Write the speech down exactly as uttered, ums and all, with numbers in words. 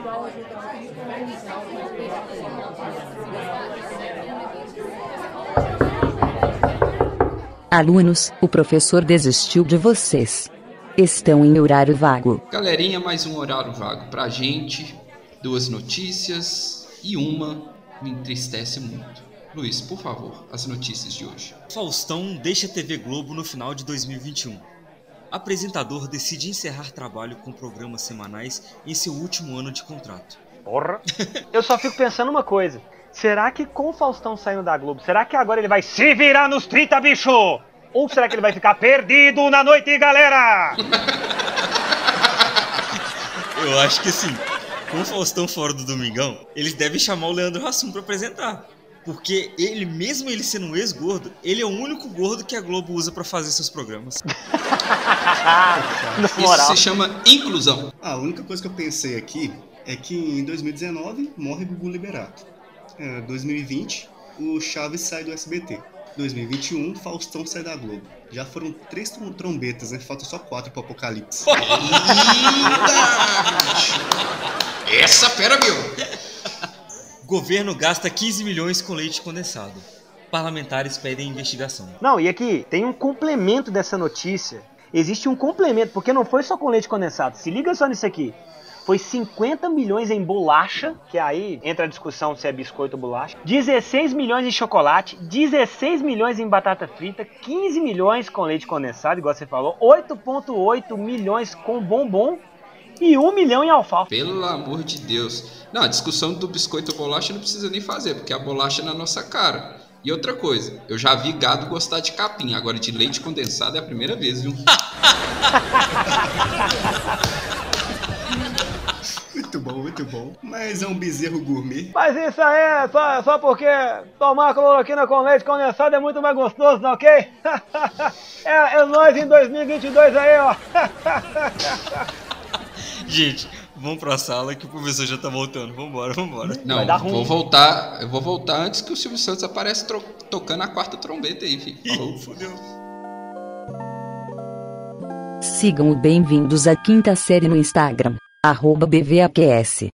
Alunos, o professor desistiu de vocês. Estão em horário vago. Galerinha, mais um horário vago pra gente. Duas notícias e uma me entristece muito. Luiz, por favor, as notícias de hoje. Faustão deixa a T V Globo no final de dois mil e vinte e um. Apresentador decide encerrar trabalho com programas semanais em seu último ano de contrato. Porra! Eu só fico pensando uma coisa. Será que com o Faustão saindo da Globo, será que agora ele vai se virar nos trinta, bicho? Ou será que ele vai ficar perdido na noite, galera? Eu acho que sim. Com o Faustão fora do Domingão, eles devem chamar o Leandro Hassum pra apresentar. Porque ele, mesmo ele sendo um ex-gordo, ele é o único gordo que a Globo usa pra fazer seus programas. Isso se chama inclusão. Ah, a única coisa que eu pensei aqui é que em dois mil e dezenove morre Gugu Liberato. É, dois mil e vinte, o Chaves sai do S B T. dois mil e vinte e um, Faustão sai da Globo. Já foram três trombetas, né? Falta só quatro pro apocalipse. Essa fera, meu! Governo gasta quinze milhões com leite condensado. Parlamentares pedem investigação. Não, e aqui tem um complemento dessa notícia. Existe um complemento, porque não foi só com leite condensado. Se liga só nisso aqui. Foi cinquenta milhões em bolacha, que aí entra a discussão se é biscoito ou bolacha. dezesseis milhões em chocolate, dezesseis milhões em batata frita, quinze milhões com leite condensado, igual você falou, oito vírgula oito milhões com bombom e um milhão em alfafa. Pelo amor de Deus. Não, a discussão do biscoito ou bolacha não precisa nem fazer, porque a bolacha é na nossa cara. E outra coisa, eu já vi gado gostar de capim, agora de leite condensado é a primeira vez, viu? Muito bom, muito bom. Mas é um bezerro gourmet. Mas isso aí é só, só porque tomar cloroquina com leite condensado é muito mais gostoso, não, ok? é, é nós em dois mil e vinte e dois aí, ó. Gente, vamos pra sala que o professor já tá voltando. Vambora, vambora. Não, vou voltar. Eu vou voltar antes que o Silvio Santos apareça tro- tocando a quarta trombeta aí, filho. Falou. Fudeu. Sigam o Bem-vindos à Quinta Série no Instagram, arroba B V A Q S.